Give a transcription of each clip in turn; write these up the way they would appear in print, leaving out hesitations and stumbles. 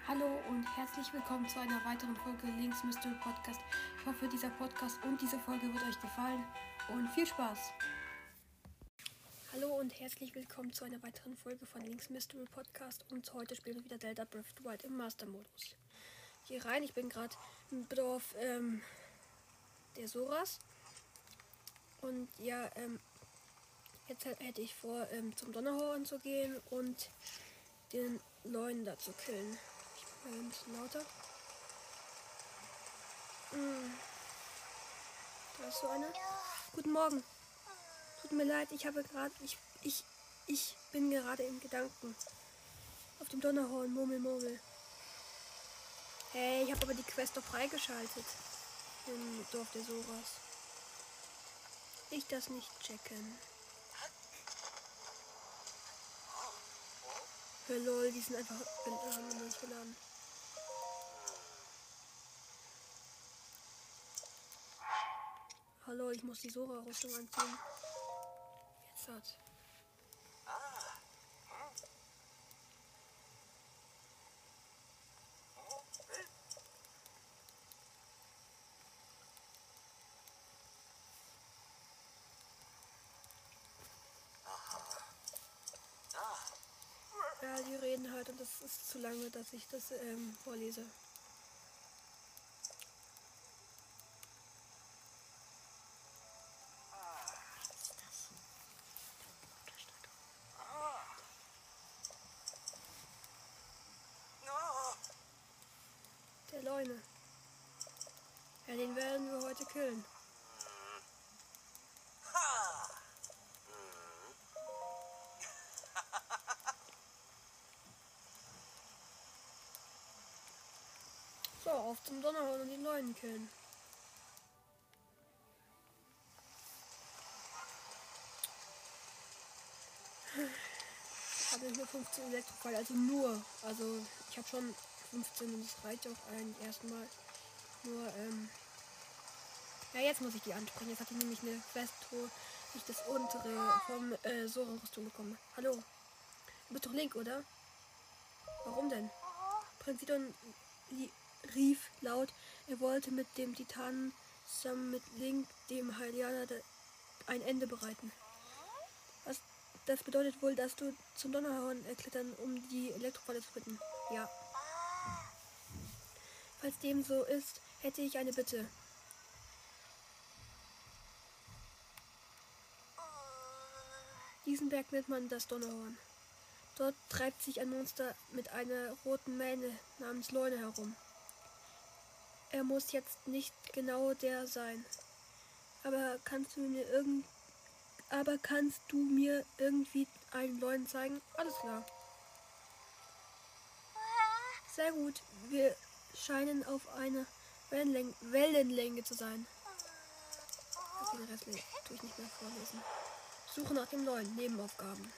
Hallo und herzlich willkommen zu einer weiteren Folge Links Mystery Podcast. Ich hoffe, dieser Podcast und diese Folge wird euch gefallen und viel Spaß. Hallo und herzlich willkommen zu einer weiteren Folge von Links Mystery Podcast und heute spielen wir wieder Zelda Breath of the Wild im Master-Modus. Hier rein, ich bin gerade im Dorf der Soras und ja, jetzt hätte ich vor, zum Donnerhorn zu gehen und den Leuen da zu killen. Ich mache ein bisschen lauter. Da ist so einer. Guten Morgen. Tut mir leid, ich bin gerade in Gedanken. Auf dem Donnerhorn, Murmel. Hey, ich habe aber die Quest doch freigeschaltet. Im Dorf der Soras. Ich das nicht checken. Hör lol, die sind einfach nicht geladen. Hallo, ich muss die Sora-Rüstung anziehen. Jetzt hat. Ja, die reden halt und das ist zu lange, dass ich das vorlese. Der Leune. Ja, den werden wir heute killen. So, auf zum Donnerhorn und den Leunen killen. Ich habe nur 15 Elektrofall, also ich habe schon 15 und das reicht auch eigentlich erstmal. Nur, ja, jetzt muss ich die ansprechen. Jetzt hatte ich nämlich eine Quest, wo ich das untere vom Sora-Rüstung bekomme. Hallo, du bist doch Link, oder? Warum denn? Prinz Sidon rief laut, er wollte mit dem Titanen zusammen mit Link, dem Hylianer, ein Ende bereiten. Das bedeutet wohl, dass du zum Donnerhorn klettern, um die Elektrofalle zu finden. Ja. Falls dem so ist, hätte ich eine Bitte. Diesen Berg nennt man das Donnerhorn. Dort treibt sich ein Monster mit einer roten Mähne namens Leune herum. Er muss jetzt nicht genau der sein. Aber kannst du mir irgendwie einen Leuen zeigen? Alles klar. Sehr gut. Wir scheinen auf einer Wellenlänge zu sein. Den Rest tue ich nicht mehr vorlesen. Suche nach dem Leuen. Nebenaufgaben.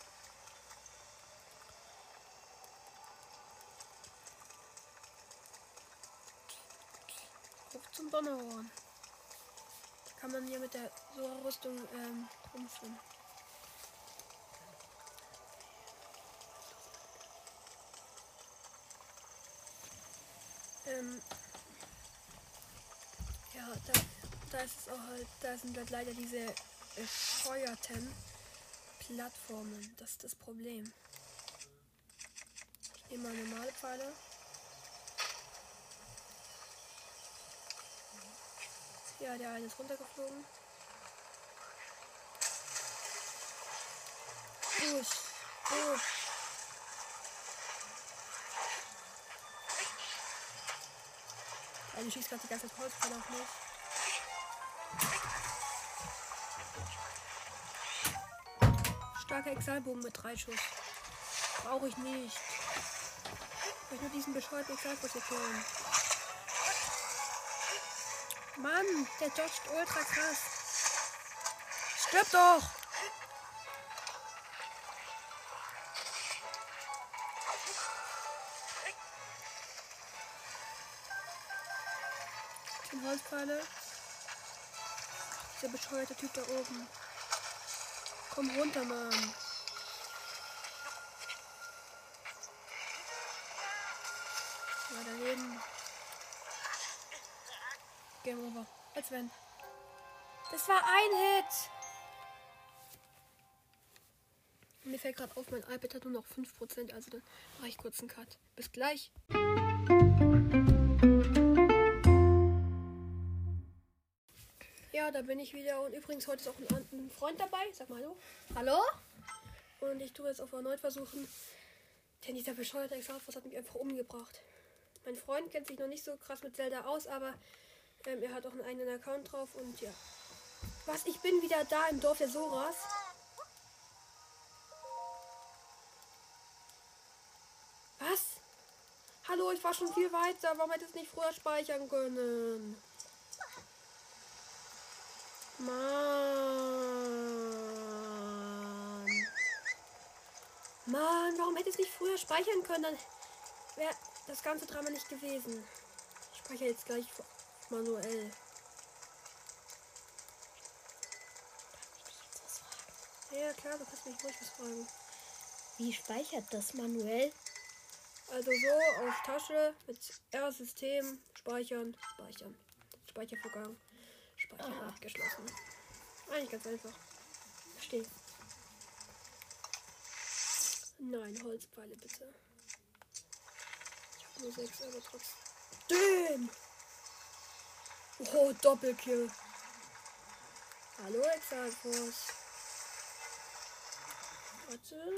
Auf zum Donnerhorn. Da kann man hier mit der Sora-Rüstung rumschwimmen. Ja, da ist es auch halt, da sind halt leider diese bescheuerten Plattformen. Das ist das Problem. Ich nehme mal normale Pfeile. Ja, der eine ist runtergeflogen. Durch. Du schießt gerade die ganze Zeit Holzpfeile auf mich. Starker Exalbogen mit 3 Schuss. Brauche ich nicht. Ich möchte nur diesen bescheuerten Exalbogen killen. Mann, der dodgt ultra krass. Stirb doch! Die Holzpfeile. Der bescheuerte Typ da oben. Komm runter, Mann. War daneben. Game over. Als wenn. Das war ein Hit. Und mir fällt gerade auf, mein iPad hat nur noch 5%, also dann mache ich kurz einen Cut. Bis gleich. Ja, da bin ich wieder. Und übrigens, heute ist auch ein Freund dabei. Sag mal hallo. Hallo? Und ich tue jetzt auf erneut versuchen. Denn dieser bescheuerte Exalfos hat mich einfach umgebracht. Mein Freund kennt sich noch nicht so krass mit Zelda aus, aber er hat auch einen eigenen Account drauf. Und ja. Was? Ich bin wieder da im Dorf der Soras. Was? Hallo, ich war schon viel weiter. Warum hätte ich es nicht früher speichern können? Mann, warum hätte ich es nicht früher speichern können? Dann wäre das ganze Drama nicht gewesen. Ich speichere jetzt gleich manuell. Ja, klar, du kannst mich ruhig was fragen. Wie speichert das manuell? Also so auf Tasche mit R-System speichern. Speichervorgang. Speichern abgeschlossen. Eigentlich ganz einfach. Verstehe. Nein, Holzpfeile bitte. Ich habe nur 6, aber trotzdem. Oh, Doppelkill. Hallo, Exalfos. Warte.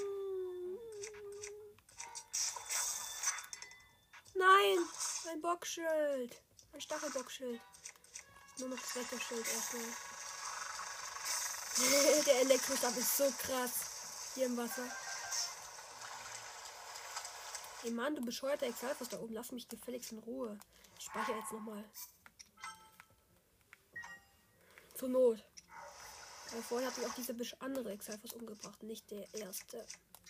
Nein, mein Bockschild. Mein Stachelbockschild. Nur noch das Wetterschild erstmal. Der Elektrostab ist so krass. Hier im Wasser. Ey Mann, du bescheuerter Exalfos da oben. Lass mich gefälligst in Ruhe. Ich speichere jetzt nochmal. Zur Not. Weil vorhin hat mich auch diese andere Exalfos umgebracht. Nicht der erste.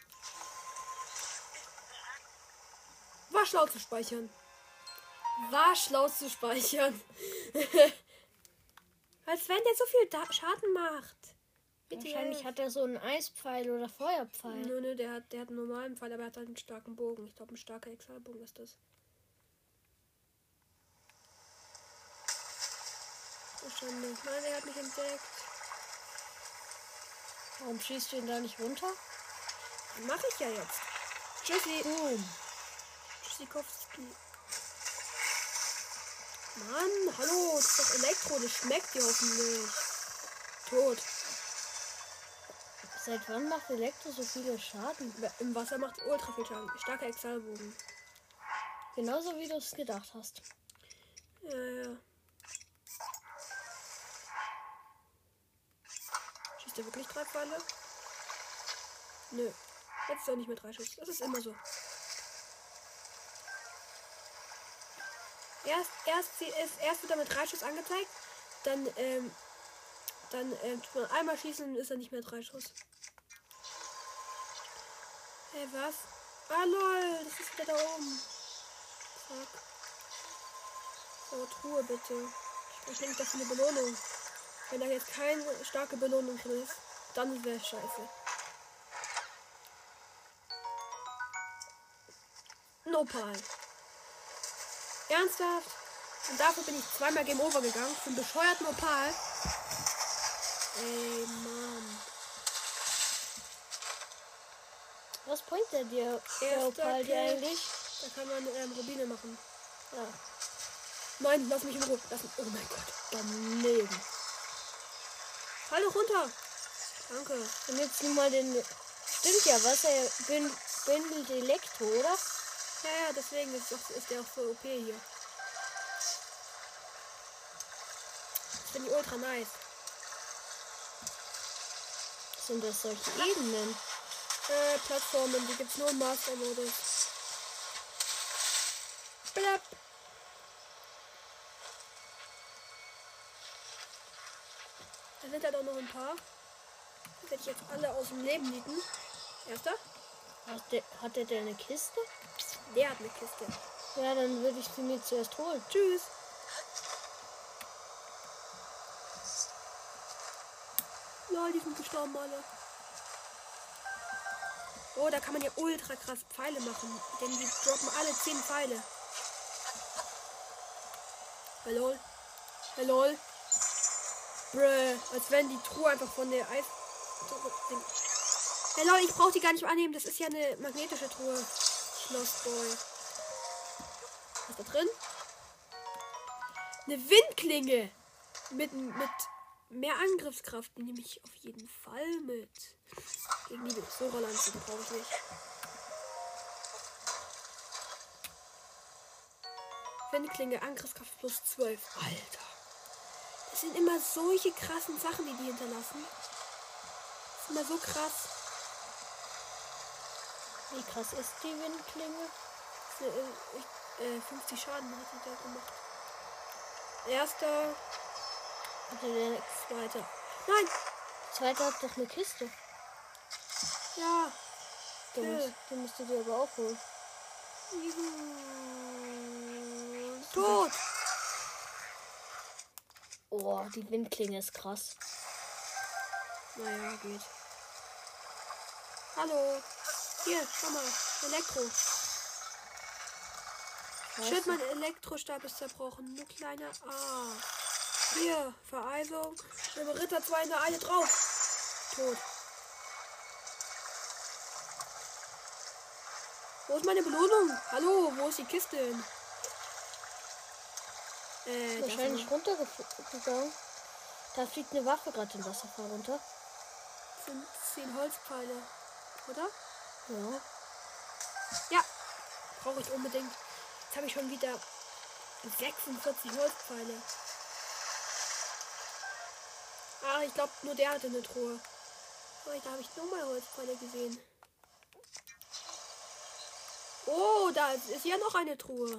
War schlau zu speichern. Als wenn der so viel Schaden macht. Bitte. Wahrscheinlich hat er so einen Eispfeil oder Feuerpfeil. Nö, der hat einen normalen Pfeil, aber er hat halt einen starken Bogen. Ich glaube, ein starker Exalbogen ist das. Wahrscheinlich. Nein, er hat mich entdeckt. Warum schießt du ihn da nicht runter? Mache ich ja jetzt. Tschüssi. Tschüssikowski. Mann, hallo, das ist doch Elektro, das schmeckt dir hoffentlich. Tot. Seit wann macht Elektro so viele Schaden? Im Wasser macht ultra viel Schaden. Starker Exalbogen. Genauso wie du es gedacht hast. Ja. Schießt er wirklich 3 Pfeile? Nö. Jetzt ist er nicht mehr 3 Schuss. Das ist immer so. Erst wird er mit 3 Schuss angezeigt. Dann tut man einmal schießen und ist er nicht mehr 3 Schuss. Hey, was? Ah, lol. Das ist wieder da oben. Zack. So, Truhe bitte. Ich nehme dafür eine Belohnung. Wenn da jetzt keine starke Belohnung drin ist, dann wäre es scheiße. Nopal. Ernsthaft? Und dafür bin ich zweimal Game Over gegangen. Für einen bescheuerten Opal. Ey, Mann. Was bringt der dir, der Opal dir eigentlich? Da kann man Rubine machen. Ja. Nein, lass mich in Ruhe. Oh mein Gott. Daneben. Fall doch runter. Danke. Und jetzt nimm mal den... Stimmt ja, was er bündelt Elektro, oder? Ja, deswegen ist der auch so OP hier. Das finde ich ultra nice. Sind das solche Ebenen? Plattformen, die gibt's nur im Master-Modus. Blapp. Da sind halt auch noch ein paar. Die werde ich jetzt alle aus dem Leben nieten. Erster? Hat der eine Kiste? Der hat eine Kiste. Ja, dann würde ich sie mir zuerst holen. Tschüss. Ja, die sind gestorben alle. Oh, da kann man ja ultra krass Pfeile machen. Denn die droppen alle 10 Pfeile. Hallo? Hallo? Bruh. Als wenn die Truhe einfach von der Eis... Hey Leute, ich brauche die gar nicht annehmen. Das ist ja eine magnetische Truhe. Schlossboy. Was ist da drin? Eine Windklinge. Mit mehr Angriffskraft. Die nehme ich auf jeden Fall mit. Gegen die Sora-Lanze brauche ich nicht. Windklinge, Angriffskraft plus 12. Alter. Das sind immer solche krassen Sachen, die hinterlassen. Das ist immer so krass. Wie krass ist die Windklinge? 50 Schaden hat die da gemacht. Erster. Zweiter. Nein! Zweiter hat doch eine Kiste. Ja. Die musst du dir aber auch holen. Tot! Oh, die Windklinge ist krass. Naja, geht. Hallo. Hier, schau mal. Elektro. Shit, mein Elektrostab ist zerbrochen. Nur kleiner A. Hier, Vereisung. Mit dem Ritter 2 in der eine drauf. Tot. Wo ist meine Belohnung? Hallo, wo ist die Kiste hin? Wahrscheinlich runtergegangen. Da fliegt eine Waffe gerade im Wasserfall runter. Das sind 10 Holzpfeile. Oder? Ja. Ja. Brauche ich unbedingt. Jetzt habe ich schon wieder 46 Holzpfeile. Ah, ich glaube, nur der hatte eine Truhe. Oh, da habe ich nochmal Holzpfeile gesehen. Oh, da ist ja noch eine Truhe.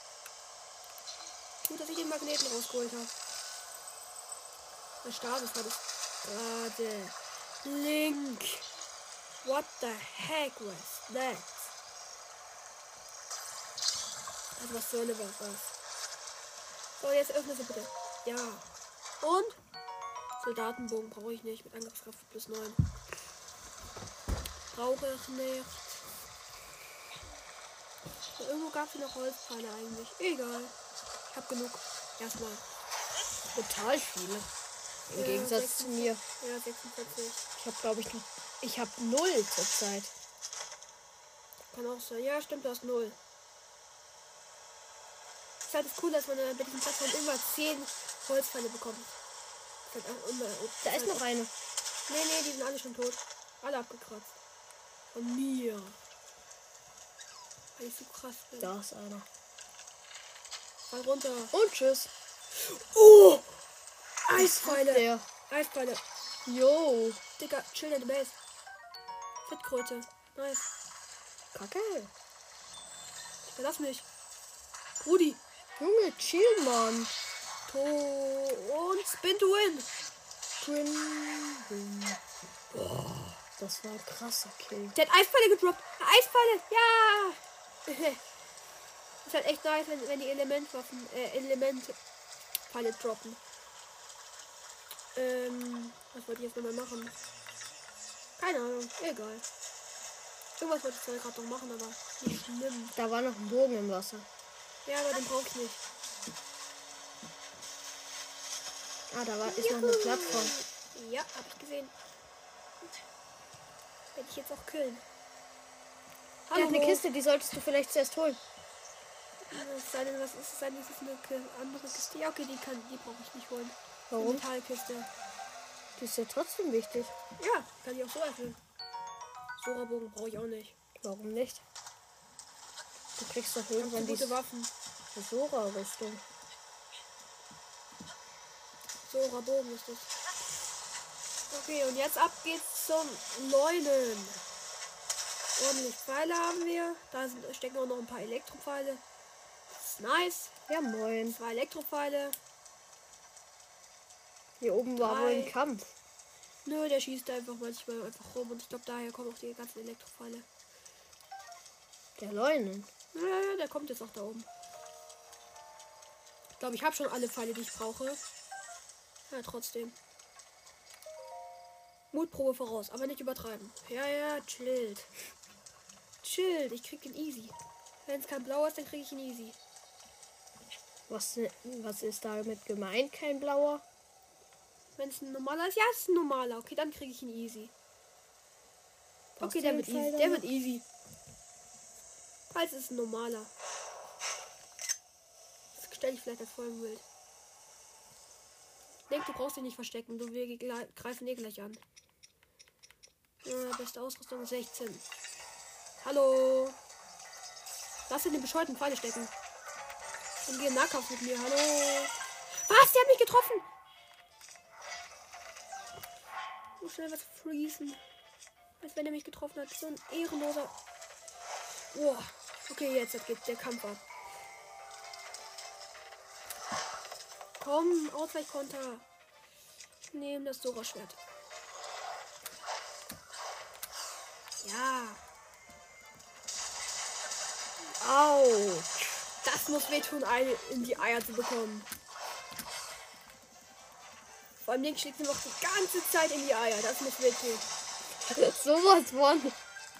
Gut, dass ich den Magneten rausgeholt habe. Was Starkes war das gerade. Link. What the heck was that? Also was soll was? So, jetzt öffne sie bitte. Ja. Und? Soldatenbogen brauche ich nicht. Mit Angriffskraft plus 9. Brauche ich nicht. So, irgendwo gab es noch Holzpfeile eigentlich. Egal. Ich habe genug. Erstmal. Total viele. Im Gegensatz zu mir. Ja, 46. Ich habe, glaube ich, ich habe 0 zurzeit. Kann auch sein. Ja, stimmt, du hast 0. Das ist halt das Coole, dass man bei diesen Plattformen immer 10 Holzpfeile bekommt. Das ist halt auch immer, Da ist noch eine. Nee, die sind alle schon tot. Alle abgekratzt. Von mir. Weil ich so krass bin. Da ist einer. Fall runter. Und tschüss. Oh! Eispfeile. Der. Eispfeile. Jo. Digga, chill in der Base. Fettkröte. Nice. Kacke. Verlass mich. Rudi. Junge, chill, Mann. Und Spin to Win. Boah, das war ein krasser Kill. Der hat Eispfeile gedroppt. Eispfeile. Ja. Ist halt echt nice, wenn die Elementpfeile droppen. Was wollte ich jetzt nochmal machen? Keine Ahnung, egal. Irgendwas wollte ich zwar gerade noch machen, aber nicht schlimm. Da war noch ein Bogen im Wasser. Ja, aber den brauche ich nicht. Ah, da ist noch eine Plattform. Ja, habe ich gesehen. Werde ich jetzt auch killen. Da ist eine Kiste, die solltest du vielleicht zuerst holen. Es sei denn, was ist es? Sei denn, es ist eine andere Kiste. Ja, okay, die brauche ich nicht holen. Warum? Eine Metallkiste. Die ist ja trotzdem wichtig. Ja, kann ich auch so erfüllen. Sora-Bogen brauche ich auch nicht. Warum nicht? Du kriegst doch Ich hab so irgendwann gute diese Waffen. Sora-Rüstung. Sora-Bogen ist das. Okay, und jetzt ab geht's zum 9. Ordentlich Pfeile haben wir. Da stecken auch noch ein paar Elektropfeile. Das ist nice. Ja, moin. 2 Elektropfeile. Hier oben war wohl ein Kampf. Nö, der schießt einfach manchmal einfach rum. Und ich glaube, daher kommen auch die ganzen Elektropfeile. Der Leunen. Ja, der kommt jetzt auch da oben. Ich glaube, ich habe schon alle Pfeile, die ich brauche. Ja, trotzdem. Mutprobe voraus, aber nicht übertreiben. Ja, chillt. Schild. Ich krieg ihn easy. Wenn es kein blauer ist, dann kriege ich ihn easy. Was ist damit gemeint? Kein blauer? Wenn es ein normaler ist, ja, es ist ein normaler. Okay, dann kriege ich ihn easy. Okay, der wird easy. Der wird easy. Falls es ein normaler. Das stelle ich vielleicht als Folgenbild. Denk, du brauchst dich nicht verstecken. Wir greifen eh gleich an. Beste Ausrüstung 16. Hallo. Lass in den bescheuerten Pfeile stecken. Und geh in Nahkampf mit mir. Hallo. Was? Der hat mich getroffen. So schnell was freezen. Als wenn er mich getroffen hat. So ein ehrenloser. Oh. Okay, jetzt geht der Kampf ab. Komm, Ausweichkonter. Nehmen das Dora-Schwert. Ja. Au. Das muss wehtun, eine in die Eier zu bekommen. Vor allem Link schlägt ihm noch die ganze Zeit in die Eier. Das muss wehtun. Sowas von.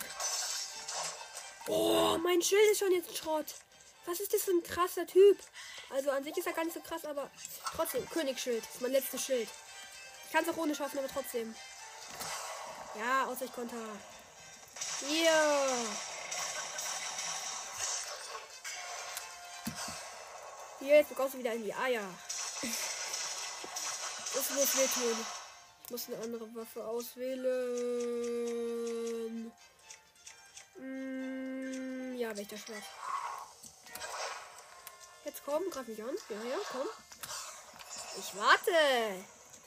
Oh, mein Schild ist schon jetzt Schrott. Was ist das für ein krasser Typ? Also an sich ist er gar nicht so krass, aber trotzdem. Königsschild. Das ist mein letztes Schild. Ich kann es auch ohne schaffen, aber trotzdem. Ja, Ausweichkonter. Hier. Hier, jetzt bekommst du wieder in die Eier. Das muss wehtun. Ich muss eine andere Waffe auswählen. Ja, Wächterschwert. Jetzt komm, greif mich an. Ja, ja, komm. Ich warte.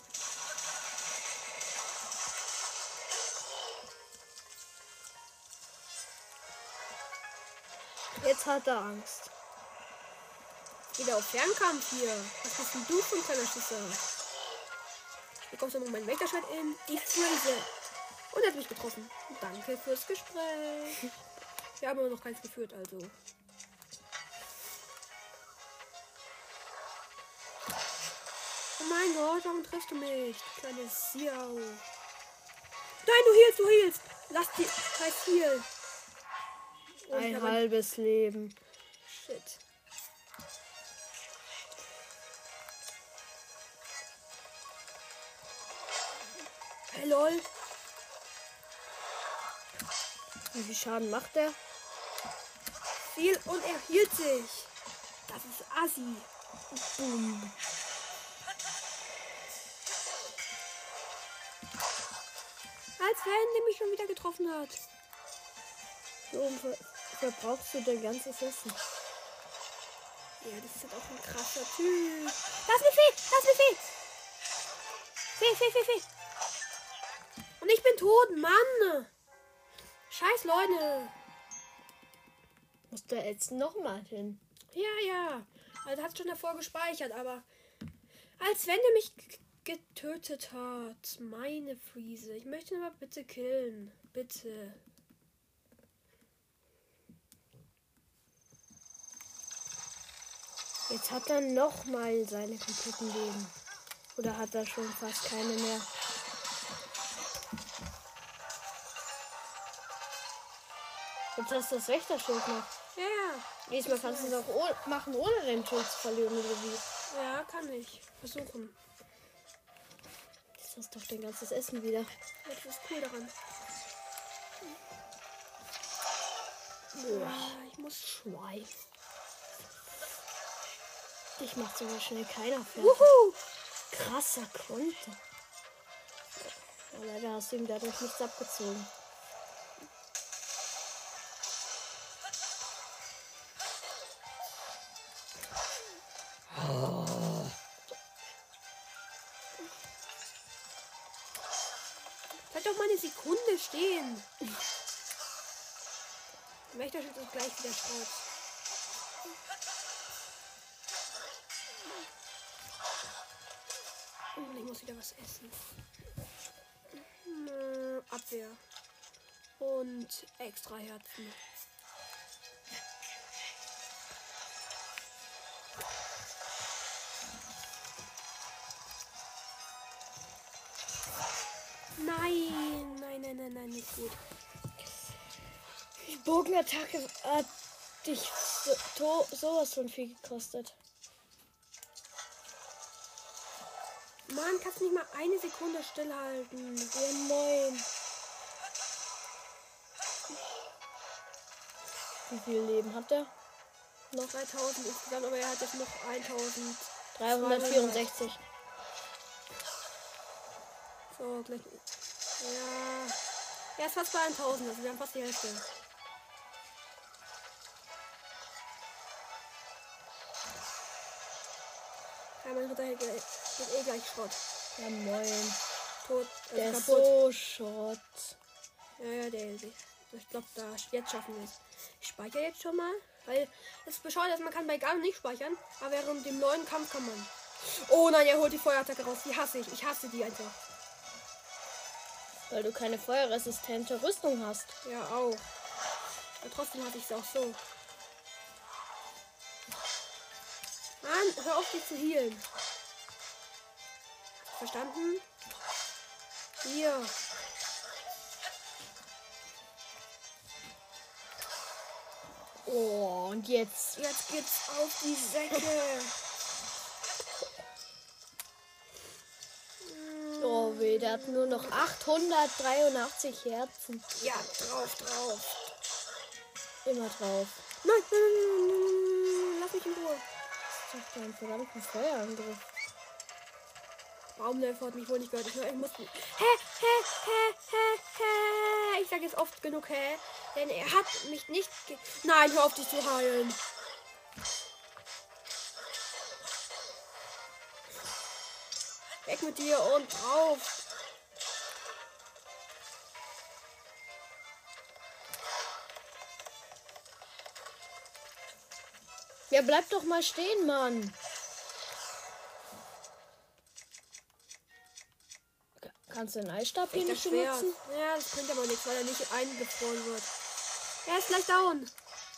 Jetzt hat er Angst. Wieder auf Fernkampf hier. Was bist denn du für ein kleiner Schisser? Bekommst du noch mein Wächterschwert in die Freeze. Und er hat mich getroffen. Danke fürs Gespräch. Wir haben aber noch keins geführt, also. Oh mein Gott, warum triffst du mich? Du kleine Siau. Nein, du healst. Lass die scheiß Heal. Und Ein halbes Leben. Shit. Hey, lol. Wie viel Schaden macht er? Viel und er hielt sich. Das ist assi. Boom. Als wenn der mich schon wieder getroffen hat. So verbrauchst du dein ganzes Essen. Ja, das ist halt auch ein krasser Typ. Das ist mir Fee! Das ist mir Fee! Fee! Und ich bin tot, Mann! Scheiß Leute! Muss der jetzt nochmal hin? Ja. Also hat schon davor gespeichert, aber als wenn er mich getötet hat. Meine Friese. Ich möchte ihn aber bitte killen. Bitte. Jetzt hat er nochmal seine kompletten Leben. Oder hat er schon fast keine mehr? Jetzt hast du das Wächterschild noch. Ja. Diesmal kannst du es auch machen, ohne dein Schild zu verlieren, oder wie? Ja, kann ich. Versuchen. Das ist doch dein ganzes Essen wieder. Das ist cool daran. Boah, Ich muss. Schwein. Dich macht so schnell keiner fertig. Wuhu! Krasser Konter. Ja, leider hast du ihm dadurch nichts abgezogen. Bleib doch mal eine Sekunde stehen. Wächterschutz ist gleich wieder Schrott. Ich muss wieder was essen. Abwehr. Und extra Herzen. Nein, nicht gut. Die Bogenattacke hat dich sowas von viel gekostet. Mann, kannst du nicht mal eine Sekunde stillhalten? Ja, moin. Wie viel Leben hat er? Noch 3000 insgesamt, aber er hat jetzt noch 1000. 364. So, gleich. Ja. Er ist fast bei 1000, also wir haben fast die Hälfte. Ja, mein Ritter geht eh gleich Schrott. Ja, moin. Tot, Der ist kaputt. so Schrott. Ja, ich glaube, jetzt schaffen wir es. Ich speichere jetzt schon mal, weil es bescheuert ist, man kann bei Garn nicht speichern, aber während dem neuen Kampf kann man. Oh nein, er holt die Feuerattacke raus. Die hasse ich. Ich hasse die einfach. Weil du keine feuerresistente Rüstung hast. Ja, auch. Aber trotzdem hatte ich es auch so. Mann, hör auf, dich zu healen. Verstanden? Hier. Oh, und jetzt. Jetzt geht's auf die Säcke. Oh weh, der hat nur noch 883 Herzen. Ja, drauf. Immer drauf. Nein. Lass mich in Ruhe. Das ist doch ein verdammten Feuerangriff. Baumläufer hat mich wohl nicht gehört. Ich muss. Hä. Ich sage jetzt oft genug hä. Denn er hat mich nicht. Nein, hör auf dich zu heilen. Weg mit dir und drauf. Ja, bleib doch mal stehen, Mann. Kannst du den Eisstab hier nicht benutzen? Ja, das bringt aber nichts, weil er nicht eingefroren wird. Er ist gleich down.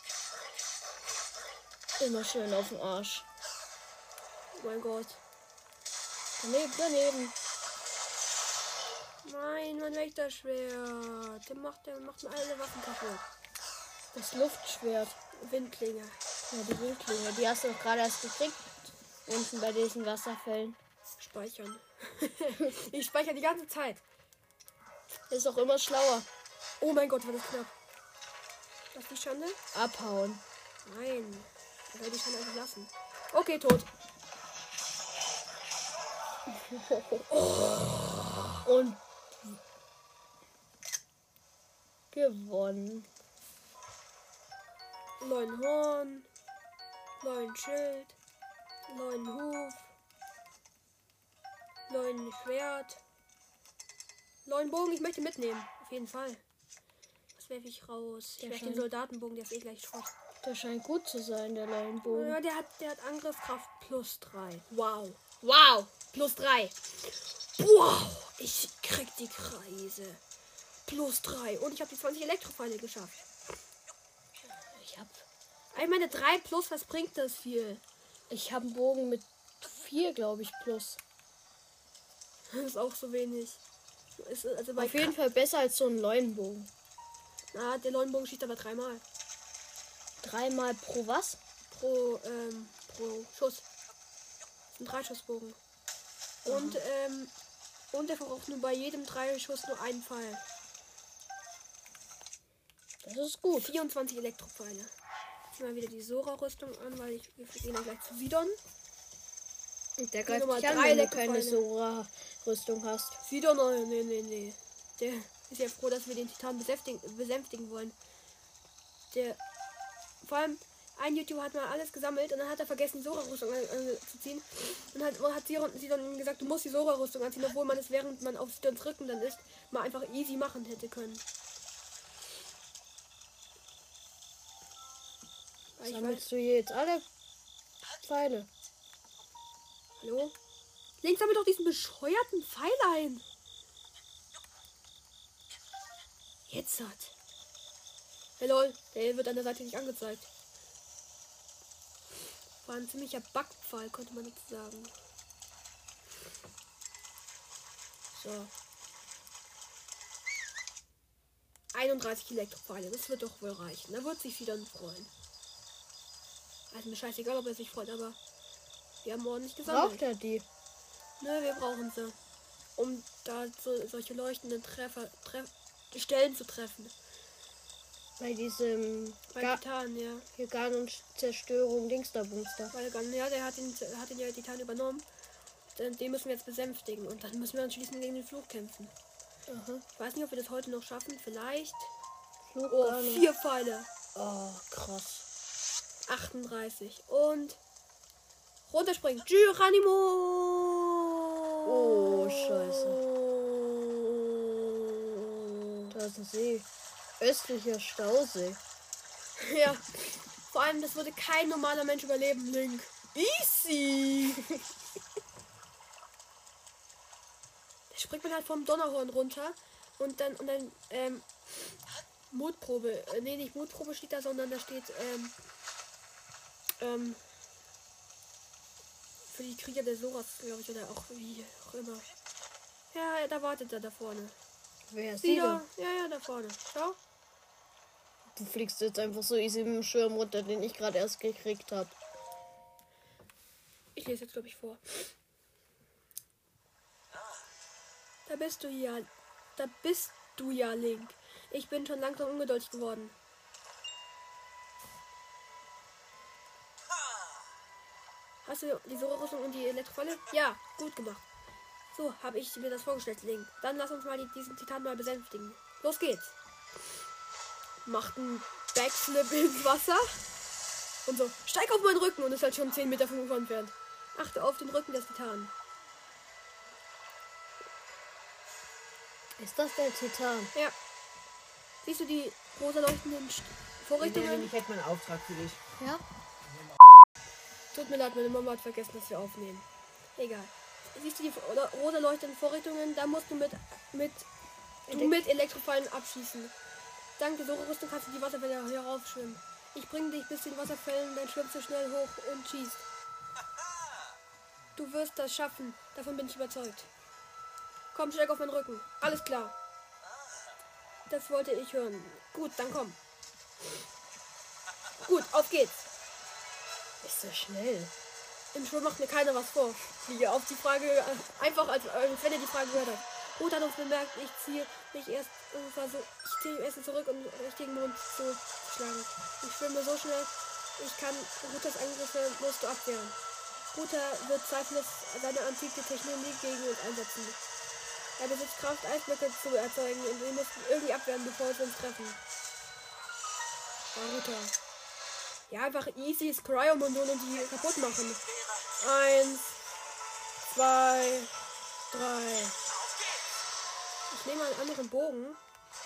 Immer schön auf den Arsch. Oh mein Gott. Daneben. Nein, mein Wächterschwert. Der macht mir alle Waffen kaputt. Das Luftschwert. Windklinge. Ja, die Windklinge. Die hast du doch gerade erst gekriegt. Unten bei diesen Wasserfällen. Speichern. Ich speichere die ganze Zeit. Ist auch immer schlauer. Oh mein Gott, war das knapp. Was ist die Schande? Abhauen. Nein. Ich werde die Schande einfach lassen. Okay, tot. Und gewonnen. Neuen Horn. Neuen Schild. Neuen Huf. Neuen Schwert. Neuen Bogen, ich möchte mitnehmen. Auf jeden Fall. Was werfe ich raus? Ich werfe den Soldatenbogen, der ist eh gleich Schrott. Der scheint gut zu sein, der Leuenbogen. Ja, der hat Angriffskraft plus 3. Wow. Plus 3. Wow. Ich krieg die Kreise. Plus 3. Und ich habe die 20 Elektropfeile geschafft. Ich meine 3 plus, was bringt das viel? Ich habe einen Bogen mit 4, glaube ich, plus. Das ist auch so wenig. Also auf jeden Fall besser als so ein Leuenbogen. Na, der Leuenbogen schießt aber 3-mal. 3-mal pro was? Pro Schuss. Das ist ein 3-Schussbogen. Und er verbraucht nur bei jedem 3-Schuss nur einen Pfeil. Das ist gut. 24 Elektropfeile. Jetzt mal wieder die Sora-Rüstung an, weil wir gehen dann gleich zu Sidon. Und der greift dich an, wenn du keine Sora-Rüstung hast. Sidon, nee. Der ist ja froh, dass wir den Titan besänftigen wollen. Vor allem, ein YouTuber hat mal alles gesammelt und dann hat er vergessen, die Sora-Rüstung anzuziehen. Und hat Sidon gesagt, du musst die Sora-Rüstung anziehen, obwohl man es, während man auf Sidons Rücken dann ist, mal einfach easy machen hätte können. Sammelst du jetzt alle Pfeile? Hallo? Links sammelt doch diesen bescheuerten Pfeil ein. Jetzt hat. Hey lol, der wird an der Seite nicht angezeigt. War ein ziemlicher Backpfeil, könnte man jetzt sagen. So. 31 Elektropfeile. Das wird doch wohl reichen. Da wird sich wieder freuen. Also mir scheißegal, ob er sich freut, aber wir haben ordentlich gesammelt. Braucht er die? Ne, wir brauchen sie. Um da solche leuchtenden Stellen zu treffen. Bei diesem Bei Titan, ja. hier Garn und Zerstörung, Dingsterbumster. Weil ja, der hat ihn ja Titan übernommen. Den müssen wir jetzt besänftigen. Und dann müssen wir anschließend gegen den Fluch kämpfen. Aha. Ich weiß nicht, ob wir das heute noch schaffen. Vielleicht. Flug Oh, gar nicht. 4 Pfeile. Oh, krass. 38. Und runterspringen. Geronimo! Oh, scheiße. Da ist ein See. Östlicher Stausee. Ja. Vor allem, das würde kein normaler Mensch überleben, Link. Easy! Da springt man halt vom Donnerhorn runter und dann Mutprobe. Nee, nicht Mutprobe steht da, sondern da steht für die Krieger der Soras, glaube ich, oder auch wie auch immer. Ja, da wartet er da vorne. Wer ist Wieder. die Ja, da vorne. Schau. Du fliegst jetzt einfach so easy mit dem Schirm runter, den ich gerade erst gekriegt habe. Ich lese jetzt, glaube ich, vor. Da bist du ja. Da bist du ja, Link. Ich bin schon langsam ungeduldig geworden. Hast du die Sora-Rüstung und die Elektrofalle? Ja, gut gemacht. So habe ich mir das vorgestellt, Link. Dann lass uns mal diesen Titan mal besänftigen. Los geht's. Macht einen Backflip ins Wasser. Und so, steig auf meinen Rücken und ist halt schon 10 Meter vom Ufer entfernt. Achte auf den Rücken des Titanen. Ist das der Titan? Ja. Siehst du die rosa leuchtenden Vorrichtungen? Ich hätte meinen Auftrag für dich. Ja. Tut mir leid, meine Mama hat vergessen, dass wir aufnehmen. Egal. Siehst du die rosa leuchtenden Vorrichtungen? Da musst du mit Elektrofallen abschießen. Dank der Sora-Rüstung kannst du die Wasserfälle hier raufschwimmen. Ich bringe dich bis zu den Wasserfällen, dann schwimmst du schnell hoch und schießt. Du wirst das schaffen, davon bin ich überzeugt. Komm, steig auf meinen Rücken. Alles klar. Das wollte ich hören. Gut, dann komm. Gut, auf geht's. Ist so schnell. Im Schwimmen macht mir keiner was vor. Fliege auf die Frage, einfach als wenn er die Frage gehört hat. Ruth hat uns bemerkt, ich ziehe erst zurück, um den richtigen Mund zu schlagen. Ich schwimme so schnell, ich kann Ruthers Angriffe musst du abwehren. Ruther wird zweifellos seine antike Technologie gegen uns einsetzen. Er besitzt Kraft, Eisblöcke zu erzeugen und wir müssen irgendwie abwehren, bevor wir uns treffen. Ruther. Ja, einfach easy Cryo-Module und die kaputt machen. 1, 2, 3. Ich nehme einen anderen Bogen.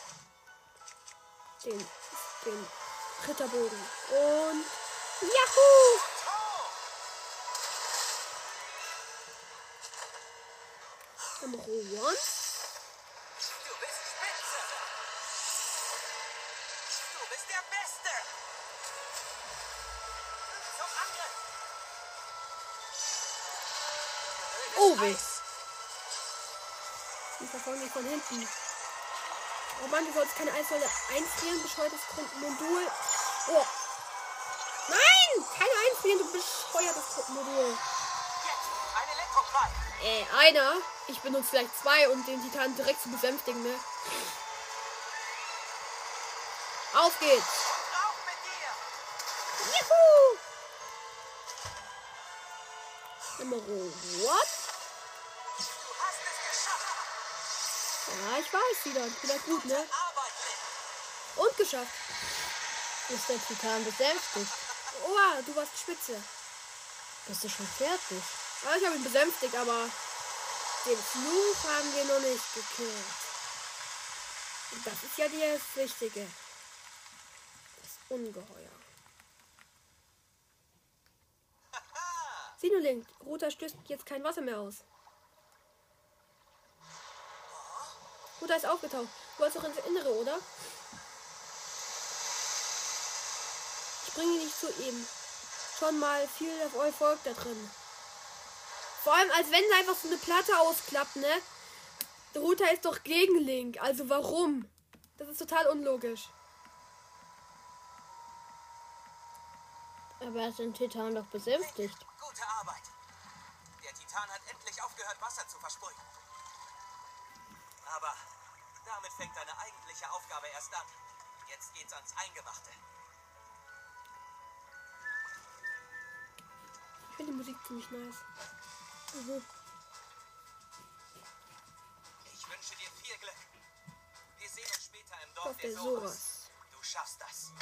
Den Ritterbogen. Und Yahoo! Nummer 1. Du bist spitze. Du bist der Beste. Zum Angriff. Oh, weh. Die verfolgen mich von hinten. Oh Mann, du sollst keine Eissäule einfrieren. Bescheuertes Grundmodul. Oh. Nein! Keine einfrieren, du bescheuertes Grundmodul. Jetzt ein Elektrokreis. Einer. Ich benutze gleich 2, um den Titan direkt zu besänftigen, ne? Auf geht's! Rauf mit dir. Juhu! Nummer what? Du hast es geschafft. Ja, ich weiß wieder. Ich bin halt gut, ne? Arbeit mit. Und geschafft. Ist der Titan besänftigt? Oha, du warst spitze. Bist du schon fertig? Ja, ich habe ihn besänftigt, aber den Fluch haben wir noch nicht gekillt. Und das ist ja das Wichtige. Das Ungeheuer. Sinolink, Ruther stößt jetzt kein Wasser mehr aus. Ruther ist aufgetaucht. Du wolltest doch ins Innere, oder? Ich bringe dich zu ihm. Schon mal viel Erfolg da drin. Vor allem, als wenn sie einfach so eine Platte ausklappt, ne? Der Ruther ist doch gegen Link. Also warum? Das ist total unlogisch. Aber er hat den Titan doch besänftigt. Gute Arbeit. Der Titan hat endlich aufgehört, Wasser zu versprühen. Aber damit fängt deine eigentliche Aufgabe erst an. Jetzt geht's ans Eingemachte. Ich finde die Musik ziemlich nice. Ich wünsche dir viel Glück. Wir sehen uns später im Dorf Auf der der Soras. Soras. Du schaffst das.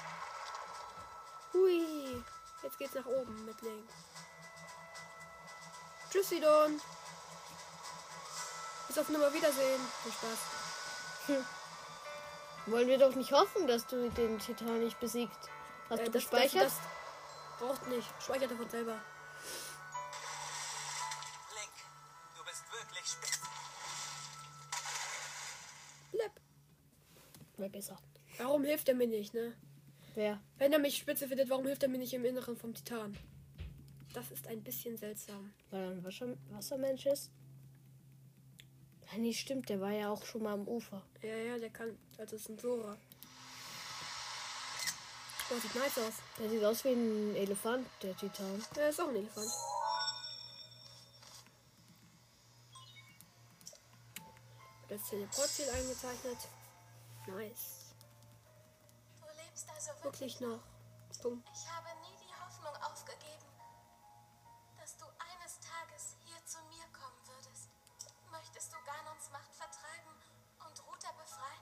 Hui. Jetzt geht's nach oben mit Link. Tschüss, Sidon. Bis auf Nimmerwiedersehen. Viel Spaß. Wollen wir doch nicht hoffen, dass du den Titan nicht besiegt. Hast du gespeichert? Das braucht nicht. Speichert davon selber. Link, du bist wirklich spitze. Blip. Weg ist er. Warum hilft er mir nicht, ne? Wer? Wenn er mich spitze findet, warum hilft er mir nicht im Inneren vom Titan? Das ist ein bisschen seltsam. Weil er ein Wassermensch ist? Ja, nee, stimmt. Der war ja auch schon mal am Ufer. Ja, der kann. Also ist ein Sora. Oh, sieht nice aus. Der sieht aus wie ein Elefant, der Titan. Ja, ist auch ein Elefant. Das Teleportziel eingezeichnet. Nice. Du lebst also Wirklich noch. Dumm. Ich habe nie die Hoffnung aufgegeben, dass du eines Tages hier zu mir kommen würdest. Möchtest du Ganons Macht vertreiben und Ruta befreien?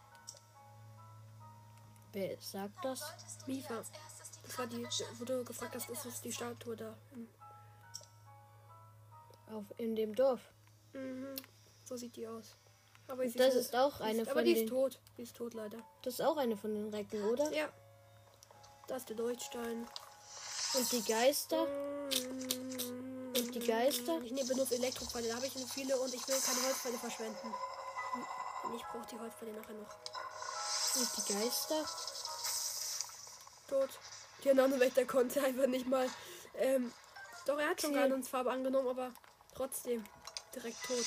Wer sagt Dann das? solltest du Mifa. dir als erstes die Das war Karte die, beschaffen, wo du gefragt hast, zum ist es die Inneren Statue da? In dem Dorf. Mhm. So sieht die aus. Aber sie Das ist auch eine aber von die den... ist tot. Die ist tot leider. Das ist auch eine von den Recken, oder? Ja. Da ist der Leuchtstein. Und die Geister? Und die Geister? Ich benutze Elektropfeile, da habe ich noch viele und ich will keine Holzpfeile verschwenden. Ich brauche die Holzpfeile nachher noch. Und die Geister? Tot. Der Nanowächter konnte einfach nicht mal. Doch, er hat schon Okay. Ganons Farbe angenommen, aber trotzdem direkt tot.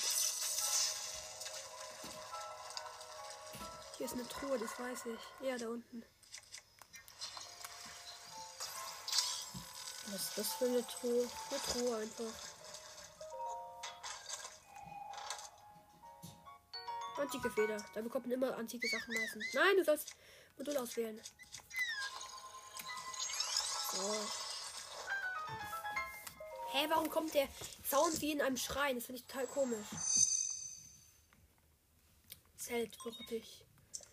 Hier ist eine Truhe, das weiß ich. Ja, da unten. Was ist das für eine Truhe? Eine Truhe einfach. Antike Feder. Da bekommt man immer antike Sachen meistens. Nein, du sollst Modul auswählen. So. Hä, warum kommt der Sound wie in einem Schrein? Das finde ich total komisch. Zeltwürdig.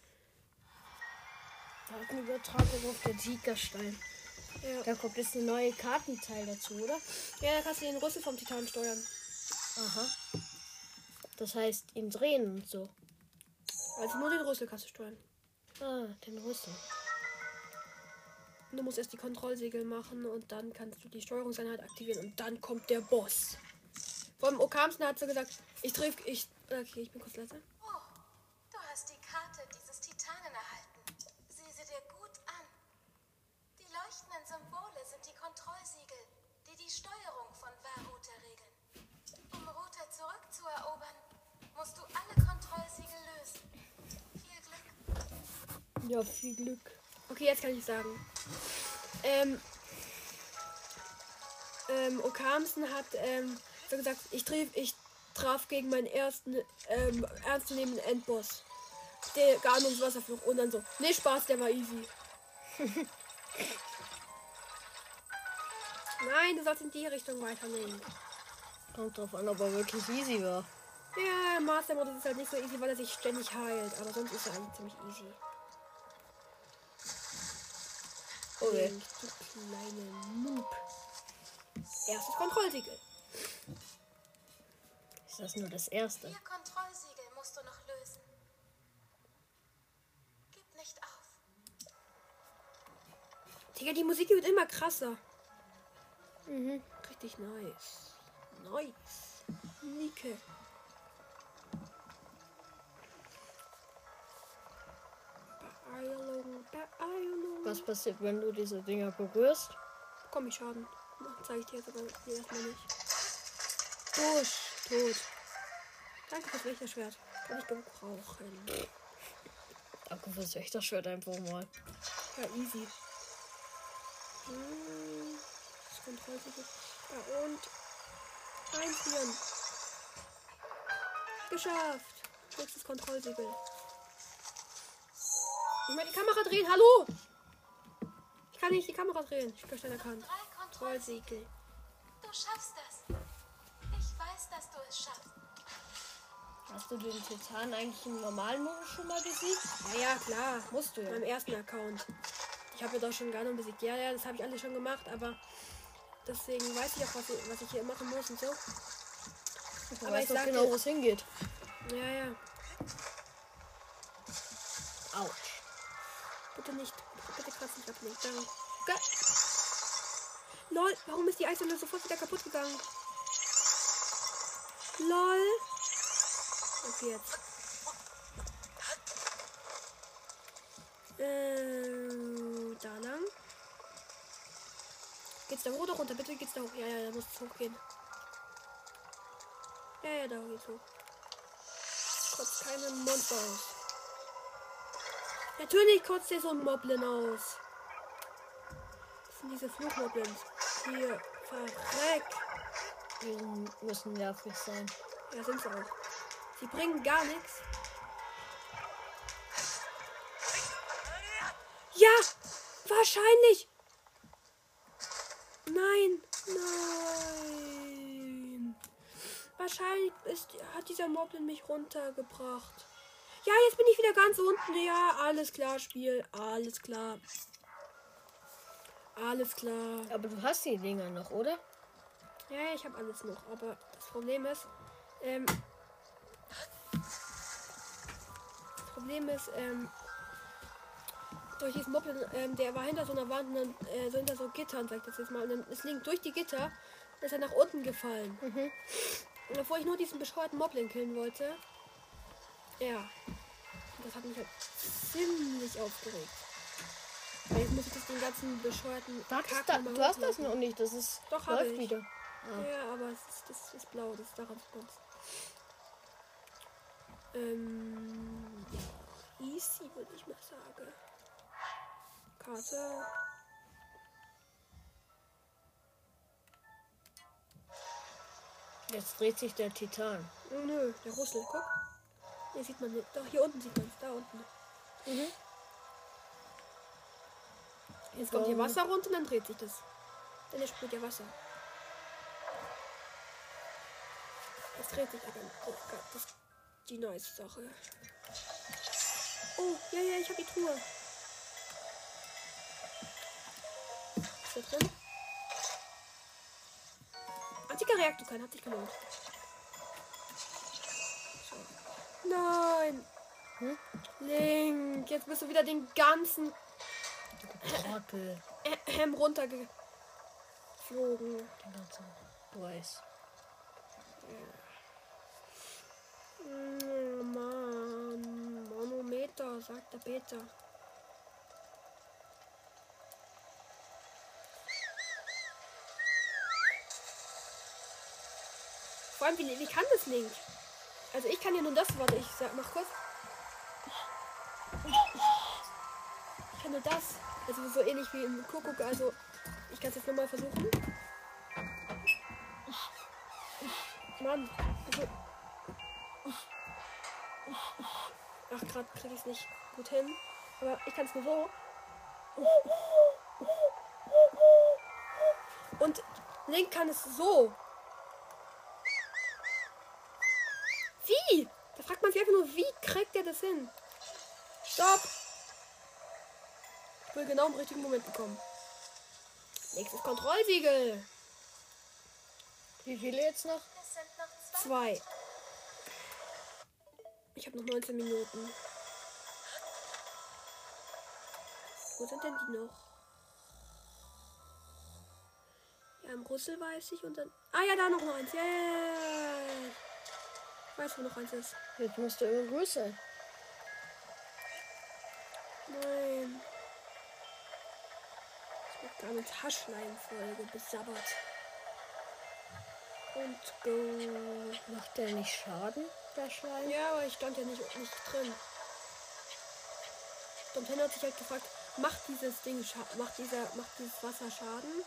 Datenübertragung auf der Tigerstein. Ja. Da kommt jetzt ein neuer Kartenteil dazu, oder? Ja, da kannst du den Rüssel vom Titan steuern. Aha. Das heißt, ihn drehen und so. Also nur den Rüssel kannst du steuern. Ah, den Rüssel. Du musst erst die Kontrollsegel machen und dann kannst du die Steuerungseinheit aktivieren und dann kommt der Boss. Vom Okamsen hat sie gesagt, okay, ich bin kurz leiser. Oh, du hast die Karte dieses Titanen erhalten. Sieh sie dir gut an. Die leuchtenden Symbole sind die Kontrollsiegel, die die Steuerung von Vahruta regeln. Um Ruta zurückzuerobern, musst du alle Kontrollsiegel lösen. Viel Glück. Ja, viel Glück. Okay, jetzt kann ich sagen. Okamsen hat so gesagt, ich traf gegen meinen ersten ernstzunehmenden Endboss. Der Ganons Wasserfluch und dann so. Nee, Spaß, der war easy. Nein, du sollst in die Richtung weiternehmen. Kommt drauf an, ob er wirklich easy war. Ja, Master Mode ist halt nicht so easy, weil er sich ständig heilt. Aber sonst ist er eigentlich ziemlich easy. Okay. Link, du kleine Noob. Erstes Kontrollsiegel. Ist das nur das erste? 4 Kontrollsiegel musst du noch lösen. Gib nicht auf. Digga, die Musik wird immer krasser. Mhm. Richtig nice. Nice. Nike. Beeilung. Was passiert, wenn du diese Dinger berührst? Bekomme ich Schaden. Zeige ich dir jetzt aber erstmal nicht. Busch. Tot. Danke fürs Wächterschwert. Kann ich gebrauchen. Danke fürs Wächterschwert einfach mal. Ja, easy. Das Kontrollsiegel. Ja, und einfrieren. Geschafft. Nächstes Kontrollsiegel. Ich mal die Kamera drehen. Hallo! Ich kann nicht die Kamera drehen. Ich bin schnell erkannt. 3 Kontrollsiegel. Kontrollsiegel. Du schaffst das. Ich weiß, dass du es schaffst. Hast du den Titan eigentlich im normalen Modus schon mal besiegt? Ja, klar. Musst du ja. Beim ersten Account. Ich habe ja doch schon Ganon besiegt. Ja, das habe ich alles schon gemacht, aber deswegen weiß ich auch, was ich hier machen muss und so. Aber weißt doch genau, wo es hingeht. Ja. Autsch. Bitte nicht. Bitte kratz nicht ab. Nicht. Danke. Lol, warum ist die Eiserne sofort wieder kaputt gegangen? Lol. Okay, jetzt. Da lang. Geht's da hoch oder runter? Bitte geht's da hoch. Ja, da muss es hochgehen. Ja, da geht's hoch. Kotzt keine Monster aus. Natürlich kotzt der so ein Moblin aus. Das sind diese Flugmoblins. Hier, verreck. Die müssen nervig sein. Ja, sind sie auch. Sie bringen gar nichts. Ja! Wahrscheinlich! Nein! Wahrscheinlich hat dieser Moblin mich runtergebracht. Ja, jetzt bin ich wieder ganz unten. Ja, alles klar, Spiel. Alles klar. Alles klar. Aber du hast die Dinger noch, oder? Ja, ich habe alles noch. Aber das Problem ist, durch diesen Moblin, der war hinter so einer Wand und dann, so hinter so Gittern, sag ich das jetzt mal. Und dann ist Link durch die Gitter, ist er nach unten gefallen. Und bevor ich nur diesen bescheuerten Moblin killen wollte. Ja. Und das hat mich halt ziemlich aufgeregt. Weil jetzt muss ich das den ganzen bescheuerten Du hast das noch nicht, das ist Doch, habe läuft ich. wieder. Ja, aber das ist blau, das ist daran ganz. Ja, easy würde ich mal sagen. Karte. Jetzt dreht sich der Titan. Oh, nö, der Rüssel, guck. Hier sieht man nicht. Doch, hier unten sieht man es. Da unten. Jetzt kommt hier Wasser runter und dann dreht sich das. Denn er sprüht ja Wasser. Jetzt dreht sich aber. Oh Gott, das ist die nice Sache. Oh, ja, ich habe die Truhe. Ist da drin? Antiker Reaktor hat sich gelohnt. So. Nein! Link, jetzt bist du wieder den ganzen Trottel. runtergeflogen. Den ganzen Weiß. Oh Mann, Manometer, sagt der Peter. Vor allem, wie kann das Link? Also ich kann ja nur das, warte, ich mach kurz. Ich kann nur das. Also so ähnlich wie im Kuckuck, also ich kann es jetzt nochmal versuchen. Mann, also ach, gerade kriege ich es nicht gut hin. Aber ich kann es nur so. Und Link kann es so. Wie? Da fragt man sich einfach nur, wie kriegt er das hin? Stopp! Ich will genau im richtigen Moment bekommen. Nächstes Kontrollsiegel. Wie viele jetzt noch? Es sind noch 2. Ich habe noch 19 Minuten. Wo sind denn die noch? Ja, im Rüssel weiß ich und dann. Ah ja, da noch eins. Yeah. Ich weiß, wo noch eins ist. Jetzt musst du immer größer. Nein. Ich wird gar eine Taschenfolge besabbert. Und go. Macht der nicht Schaden, der Schleim? Ja, aber ich stand ja nicht drin. Nintendo hat sich halt gefragt, macht dieses Ding, macht dieses Wasser Schaden?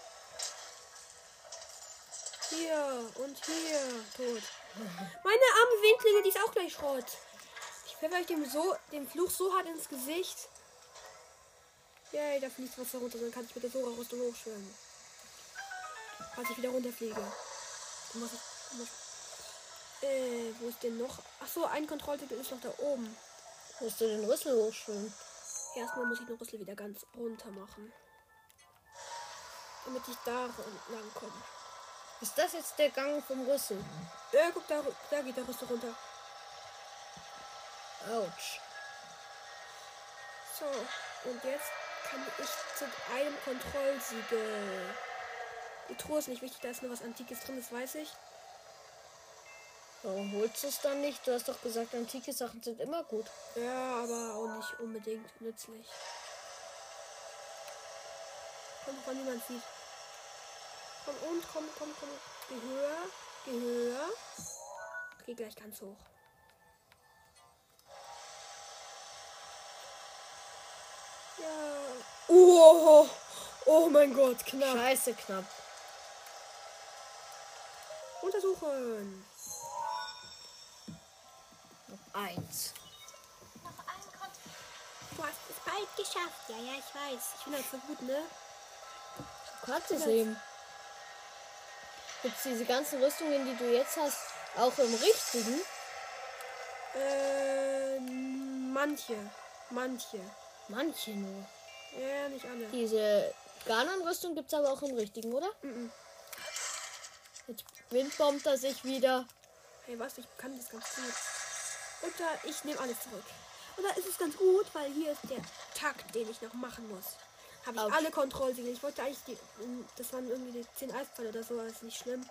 Hier und hier, tot. Meine arme Windlinge, die ist auch gleich Schrott. Ich pfeffer euch dem Fluch so hart ins Gesicht. Yay, da fließt Wasser runter, dann kann ich mit der Sora-Rüstung hochschwimmen. Falls ich wieder runterfliege. Dann muss ich, wo ist denn noch? Achso, ein Kontrolltitel ist noch da oben. Musst du den Rüssel hochschwimmen? Erstmal muss ich den Rüssel wieder ganz runter machen. Damit ich da lang komme. Ist das jetzt der Gang vom Rüssel? Ja, guck, da geht der Rüssel runter. Autsch. So, und jetzt kann ich zu einem Kontrollsiegel. Die Truhe ist nicht wichtig, da ist nur was Antikes drin, das weiß ich. Warum holst du es dann nicht? Du hast doch gesagt, antike Sachen sind immer gut. Ja, aber auch nicht unbedingt nützlich. Kommt von niemand sieht. Komm und komm. Geh höher. Geh gleich ganz hoch. Ja. Oh mein Gott, knapp. Scheiße knapp. Untersuchen. Noch 1. Noch ein Kontroll. Du hast es bald geschafft. Ja, ich weiß. Ich bin halt so gut, ne? Du kannst es eben. Gibt's diese ganzen Rüstungen, die du jetzt hast, auch im richtigen? Manche. Manche nur. Ja, nicht alle. Diese Ganon-Rüstung gibt's aber auch im richtigen, oder? Jetzt windbombt er sich wieder. Hey, was? Ich kann das ganz gut. Und ich nehme alles zurück. Und da ist es ganz gut, weil hier ist der Takt, den ich noch machen muss. Habe ich Autsch. alle Kontrollsiegel. Ich wollte eigentlich das waren irgendwie die 10 Eispfeile oder so, aber ist nicht schlimm.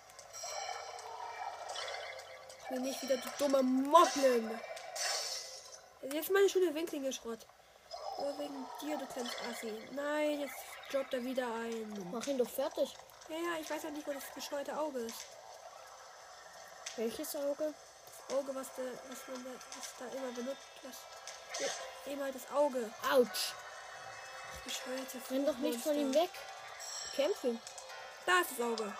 Ich will nicht wieder die dumme Moblin. Jetzt meine schöne Winklinge Schrott. Nur wegen dir, du kleines Assi. Nein, jetzt droppt er wieder ein. Mach ihn doch fertig. Ja, ich weiß ja nicht, wo das bescheuerte Auge ist. Welches Auge? Das Auge, was da immer benutzt. Immer das Auge. Autsch. Bescheuerte Renn doch nicht von ihm Fluchmonster. weg. Kämpf ihn. Da ist das Auge.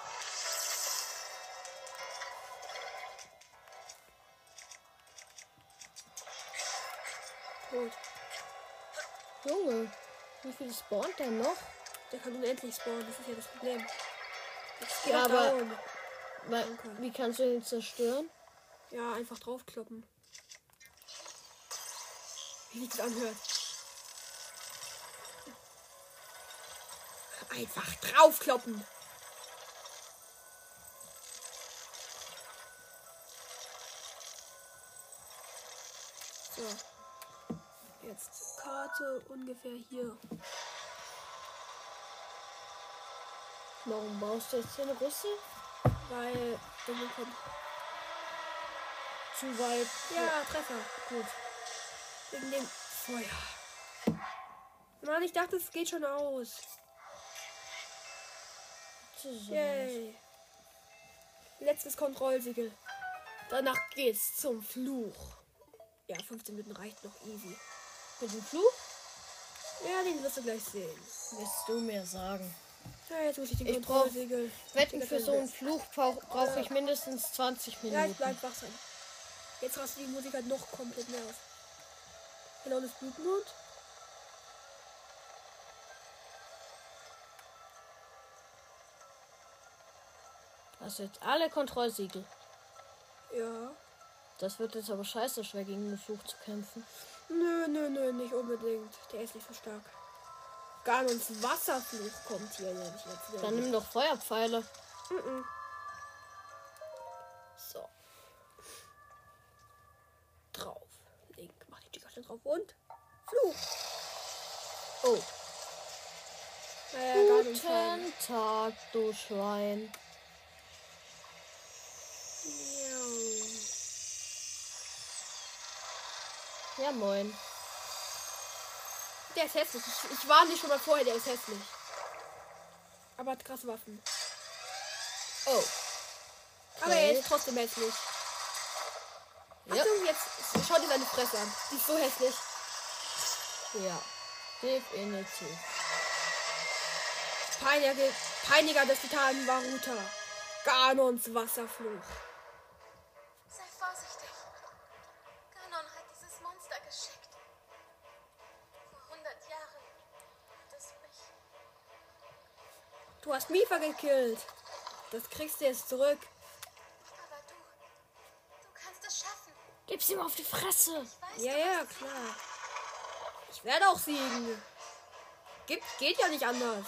Tot. Junge, wie viel spawnt der noch? Der kann unendlich spawnen, das ist ja das Problem. Jetzt Ja, geht er aber- down. Wie kannst du ihn zerstören? Ja, einfach draufkloppen. Wie sich das anhört. Einfach draufkloppen. So. Jetzt Karte ungefähr hier. Warum baust du jetzt hier eine Rüssel? Weil dann kommt. Zu weit. Ja, Treffer. Gut. Wegen dem Feuer. Mann, ich dachte, es geht schon aus. Yay. Letztes Kontrollsiegel. Danach geht's zum Fluch. Ja, 15 Minuten reicht noch easy. Mit dem Fluch? Ja, den wirst du gleich sehen. Willst du mir sagen? Ja, jetzt muss ich den Ich Kontrollsiegel. Wetten, für so einen Fluch brauche ich mindestens 20 Ja, ich Minuten. bleib wachsam. Jetzt rastet die Musik halt noch komplett mehr aus. Genau, das Blutmond. Hast du jetzt alle Kontrollsiegel? Ja. Das wird jetzt aber scheiße schwer gegen den Fluch zu kämpfen. Nö, nicht unbedingt. Der ist nicht so stark. Ganons Wasserfluch kommt hier ja nicht jetzt. Dann nimm doch Feuerpfeile. So. Drauf. Link. Mach die Chica drauf und. Fluch. Oh. Ganons Fall. Guten Tag, du Schwein. Ja, moin. Der ist hässlich. Ich war nicht schon mal vorher, der ist hässlich. Aber hat krasse Waffen. Oh. Aber er ist trotzdem hässlich. Ja. Achtung, jetzt schau dir seine Fresse an. Die ist so hässlich. Ja. Definitiv. Peiniger des Titanen Varuta. Ganons Wasserfluch. Sei vorsichtig. Ganon hat dieses Monster geschickt. Vor 100 Jahren hat es mich. Du hast Mifa gekillt. Das kriegst du jetzt zurück. Aber du kannst es schaffen. Gib's ihm auf die Fresse. Ich weiß, Ja, du ja, wirst klar. Ich werde auch siegen. Geht ja nicht anders.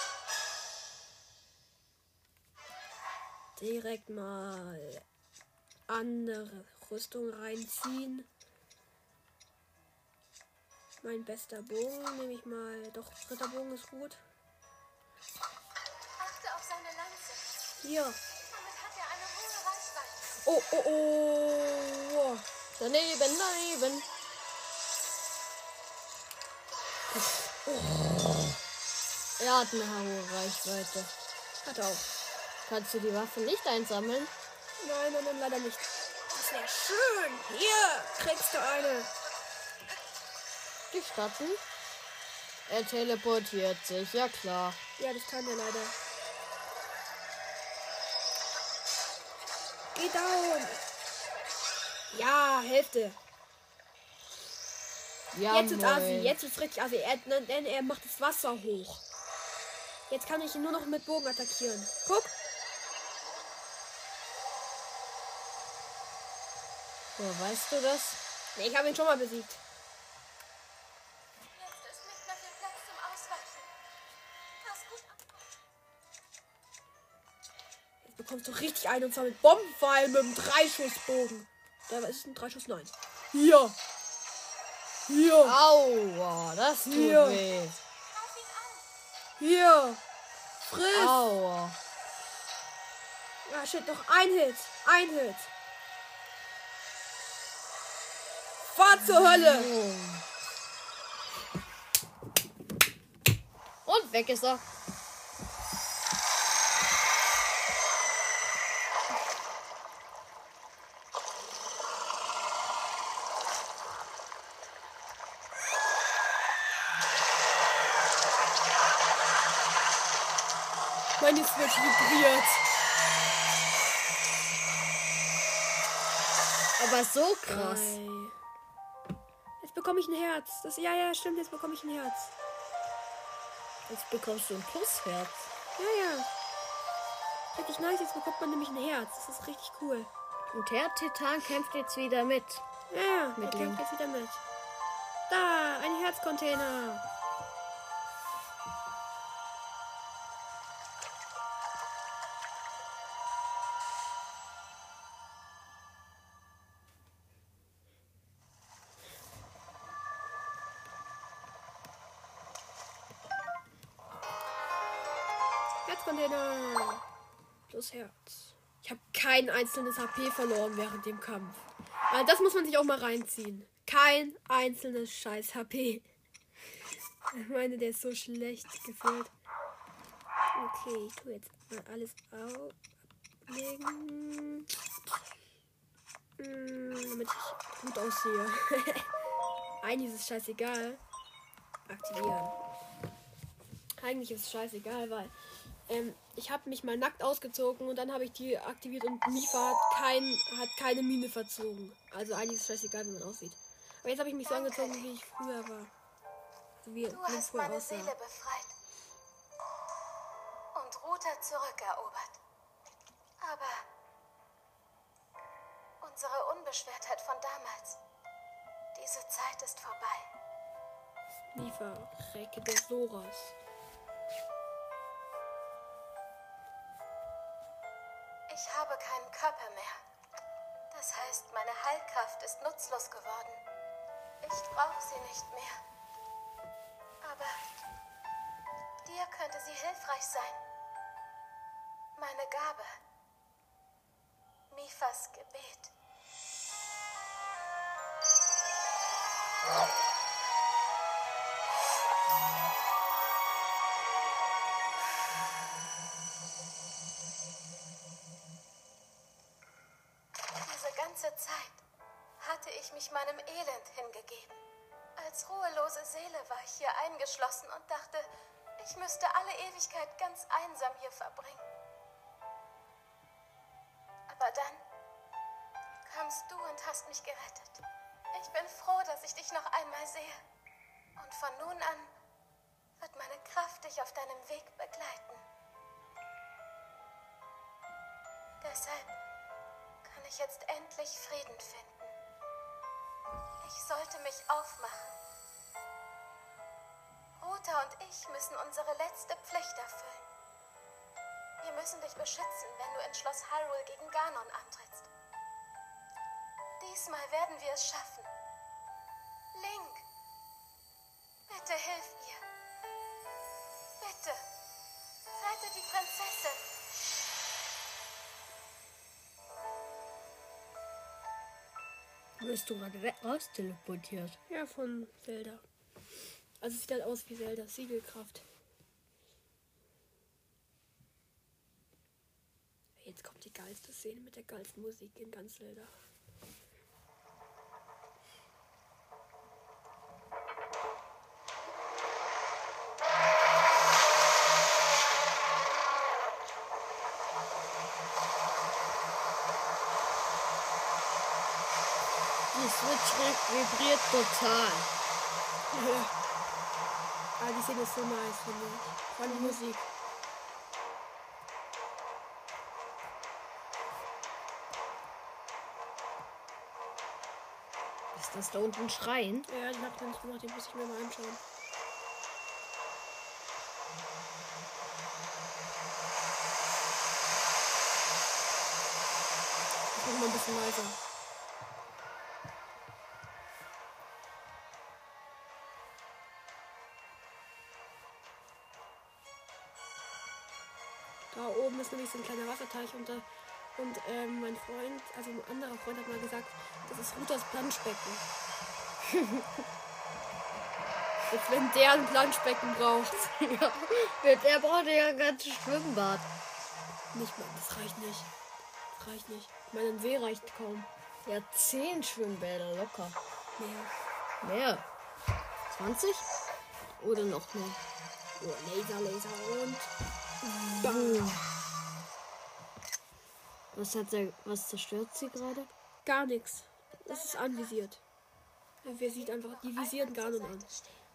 Direkt mal andere Rüstung reinziehen. Mein bester Bogen nehme ich mal. Doch, Ritterbogen ist gut. achte auf seine Lanze. Hier. Damit hat er eine hohe Reichweite. Oh, oh, oh. Daneben. Er hat eine hohe Reichweite. Hat er auch. Kannst du die Waffe nicht einsammeln? Nein, leider nicht. Das wäre schön. Hier kriegst du eine. Gestatten? Er teleportiert sich, ja klar. Ja, das kann er leider. Geh down. Ja, Hälfte. Ja, Jetzt ist Assi. Jetzt ist richtig Assi. Denn er macht das Wasser hoch. Jetzt kann ich ihn nur noch mit Bogen attackieren. Guck. Woher weißt du das? Nee, ich habe ihn schon mal besiegt. Jetzt ist nicht mehr viel Platz zum Ausweichen. Pass gut auf. Jetzt bekommst du richtig ein und zwar mit Bombenpfeil mit einem Dreischussbogen. Da ist es ein Dreischuss? Nein. Hier. Aua, das tut Hier. weh. Greif ihn an. Hier. Friss. Aua. Ja, shit, noch ein Hit. Fahr zur Hölle. Und weg ist er. Meine Switch vibriert. Aber so krass. Jetzt bekomme ich ein Herz. Ja, stimmt, jetzt bekomme ich ein Herz. Jetzt bekommst du ein Plusherz. Ja. Richtig nice, jetzt bekommt man nämlich ein Herz. Das ist richtig cool. Und der Titan kämpft jetzt wieder mit. Ja, Mit der Link. kämpft jetzt wieder mit. Da, ein Herzcontainer. Herzcontainer. Plus Herz. Ich habe kein einzelnes HP verloren während dem Kampf. Also das muss man sich auch mal reinziehen. Kein einzelnes scheiß HP. Ich meine, der ist so schlecht gefühlt. Okay, ich tue jetzt mal alles ablegen. Damit ich gut aussehe. Eigentlich ist es scheißegal. Aktivieren. Eigentlich ist es scheißegal, weil ich habe mich mal nackt ausgezogen und dann habe ich die aktiviert und Mifa hat keine Mine verzogen. Also eigentlich ist es scheißegal, wie man aussieht. Aber jetzt habe ich mich so angezogen, wie ich früher war. Wie Du ich hast früher meine aussah. Seele befreit. Und Ruta zurückerobert. Aber unsere Unbeschwertheit von damals, diese Zeit ist vorbei. Mifa, Recke des Soras. Ich habe keinen Körper mehr. Das heißt, meine Heilkraft ist nutzlos geworden. Ich brauche sie nicht mehr. Aber dir könnte sie hilfreich sein. Meine Gabe. Mifas Gebet. Diese ganze Zeit hatte ich mich meinem Elend hingegeben. Als ruhelose Seele war ich hier eingeschlossen und dachte, ich müsste alle Ewigkeit ganz einsam hier verbringen. Aber dann kamst du und hast mich gerettet. Ich bin froh, dass ich dich noch einmal sehe. Und von nun an wird meine Kraft dich auf deinem Weg begleiten. Deshalb kann ich jetzt endlich Frieden finden. Ich sollte mich aufmachen. Ruta und ich müssen unsere letzte Pflicht erfüllen. Wir müssen dich beschützen, wenn du in Schloss Hyrule gegen Ganon antrittst. Diesmal werden wir es schaffen. Link, bitte hilf ihr. Bitte, rette die Prinzessin. Bist du gerade raus teleportiert? Ja, von Zelda. Also es sieht halt aus wie Zelda. Siegelkraft. Jetzt kommt die geilste Szene mit der geilsten Musik in ganz Zelda. Die Switch vibriert total. Ah, die Szene ist so nice, finde ich. Vor allem die Musik. Ist das da unten Schreien? Ja, den hab ich noch nicht gemacht, den muss ich mir mal anschauen. Ich mach mal ein bisschen leiser. Da oben ist nämlich so ein kleiner Wasserteich und mein Freund, also ein anderer Freund hat mal gesagt, das ist Rutas Planschbecken. Als wenn der ein Planschbecken braucht. Ja, der braucht ja ein ganzes Schwimmbad. Nicht mal, das reicht nicht. Das reicht nicht. Ich meine, ein See reicht kaum. Ja, 10 Schwimmbäder locker. Mehr. Mehr. 20? Oder noch mehr? Oh, Laser und Boom. Was zerstört sie gerade? gar nichts. Das ist anvisiert. Wer sieht einfach, die visieren Ganon an.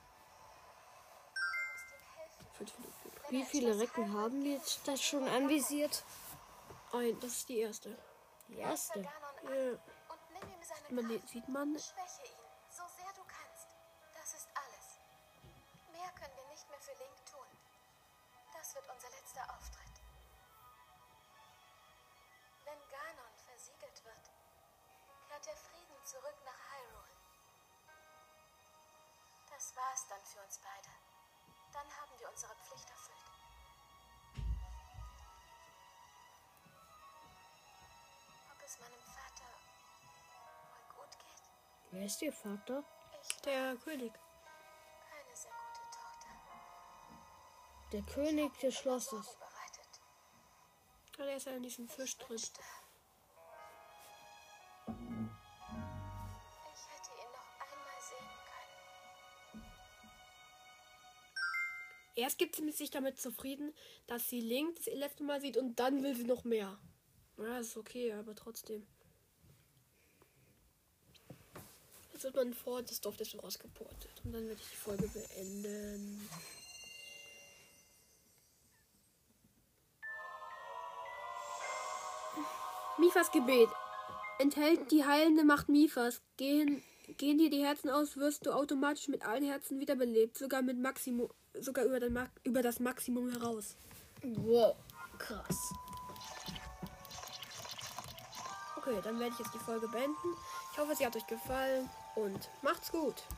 5 Minuten. Wie viele Recken haben die jetzt das schon anvisiert? Das ist die erste. Die erste. Ja. Und nimm ihm seine Kraft. Sieht man. Schwäche ihn, so sehr du kannst. Das ist alles. Mehr können wir nicht mehr für Link tun. Das wird unser letzter Auftritt. Wenn Ganon versiegelt wird, kehrt der Frieden zurück nach Hyrule. Das war's dann für uns beide. Dann haben wir unsere Pflicht erfüllt. Ob es meinem Vater wohl gut geht? Wer ist ihr Vater? Ich Der König. keine sehr gute Tochter. Der König des Schlosses. Vorbereitet. Ja, der ist ja in diesem Fisch drin. Ich hätte ihn noch einmal sehen können. Erst gibt sie sich damit zufrieden, dass sie Link das letzte Mal sieht und dann will sie noch mehr. Ja, das ist okay, aber trotzdem. Jetzt wird man vor, das Dorf ist so rausgeportet. Und dann werde ich die Folge beenden. Mifas Gebet. Enthält die heilende Macht Mifas. Gehen dir die Herzen aus, wirst du automatisch mit allen Herzen wiederbelebt. Sogar über das Maximum heraus. Wow, krass. Okay, dann werde ich jetzt die Folge beenden. Ich hoffe, sie hat euch gefallen und macht's gut.